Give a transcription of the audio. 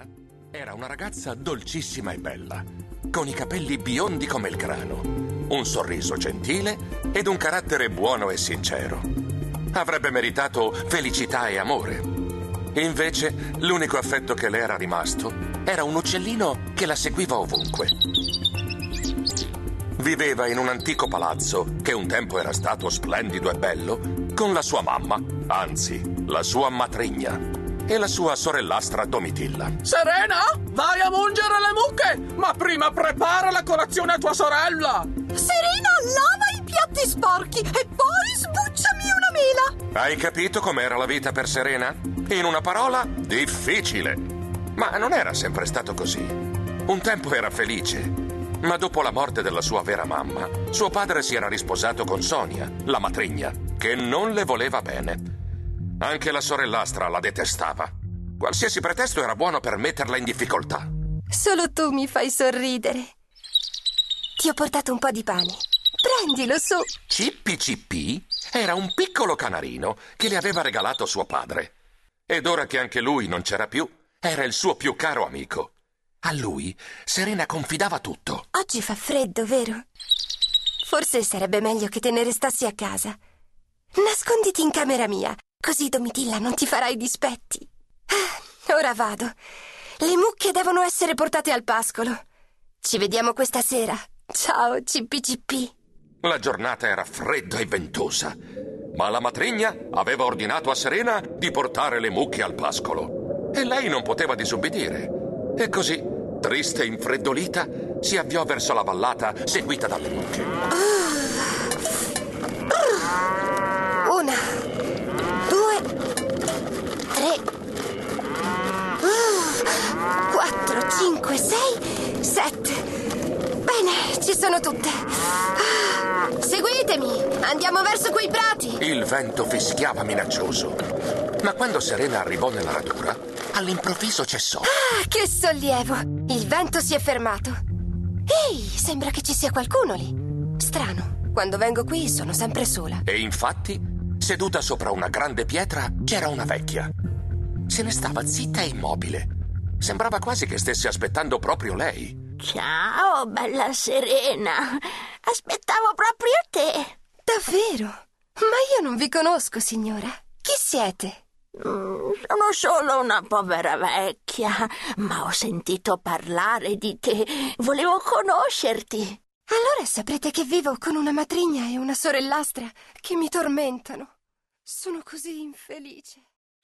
Serena era una ragazza dolcissima e bella, con i capelli biondi come il grano, un sorriso gentile ed un carattere buono e sincero. Avrebbe meritato felicità e amore. Invece, l'unico affetto che le era rimasto era un uccellino che la seguiva ovunque. Viveva in un antico palazzo che un tempo era stato splendido e bello, con la sua mamma, anzi, la sua matrigna, e la sua sorellastra Domitilla. Serena, vai a mungere le mucche, ma prima prepara la colazione a tua sorella. Serena, lava i piatti sporchi e poi sbucciami una mela. Hai capito com'era la vita per Serena? In una parola, difficile. Ma non era sempre stato così. Un tempo era felice, ma dopo la morte della sua vera mamma, suo padre si era risposato con Sonia, la matrigna, che non le voleva bene. Anche la sorellastra la detestava. Qualsiasi pretesto era buono per metterla in difficoltà. Solo tu mi fai sorridere. Ti ho portato un po' di pane. Prendilo su. Cippi Cippi era un piccolo canarino che le aveva regalato suo padre. Ed ora che anche lui non c'era più, era il suo più caro amico. A lui Serena confidava tutto. Oggi fa freddo, vero? Forse sarebbe meglio che te ne restassi a casa. Nasconditi in camera mia, così Domitilla non ti farà i dispetti. Ora vado. Le mucche devono essere portate al pascolo. Ci vediamo questa sera. Ciao, Cippi Cippi. La giornata era fredda e ventosa, ma la matrigna aveva ordinato a Serena di portare le mucche al pascolo. E lei non poteva disubbidire. E così, triste e infreddolita, si avviò verso la vallata seguita dalle mucche. Una, due, tre, quattro, cinque, sei, sette. Bene, ci sono tutte. Seguitemi, andiamo verso quei prati. Il vento fischiava minaccioso, ma quando Serena arrivò nella radura, all'improvviso cessò. Che sollievo! Il vento si è fermato. Ehi, sembra che ci sia qualcuno lì. Strano, quando vengo qui sono sempre sola. E infatti, seduta sopra una grande pietra, c'era una vecchia. Se ne stava zitta e immobile. Sembrava quasi che stesse aspettando proprio lei. Ciao, bella Serena. Aspettavo proprio te. Davvero? Ma io non vi conosco, signora. Chi siete? Sono solo una povera vecchia, ma ho sentito parlare di te. Volevo conoscerti. Allora saprete che vivo con una matrigna e una sorellastra che mi tormentano. Sono così infelice.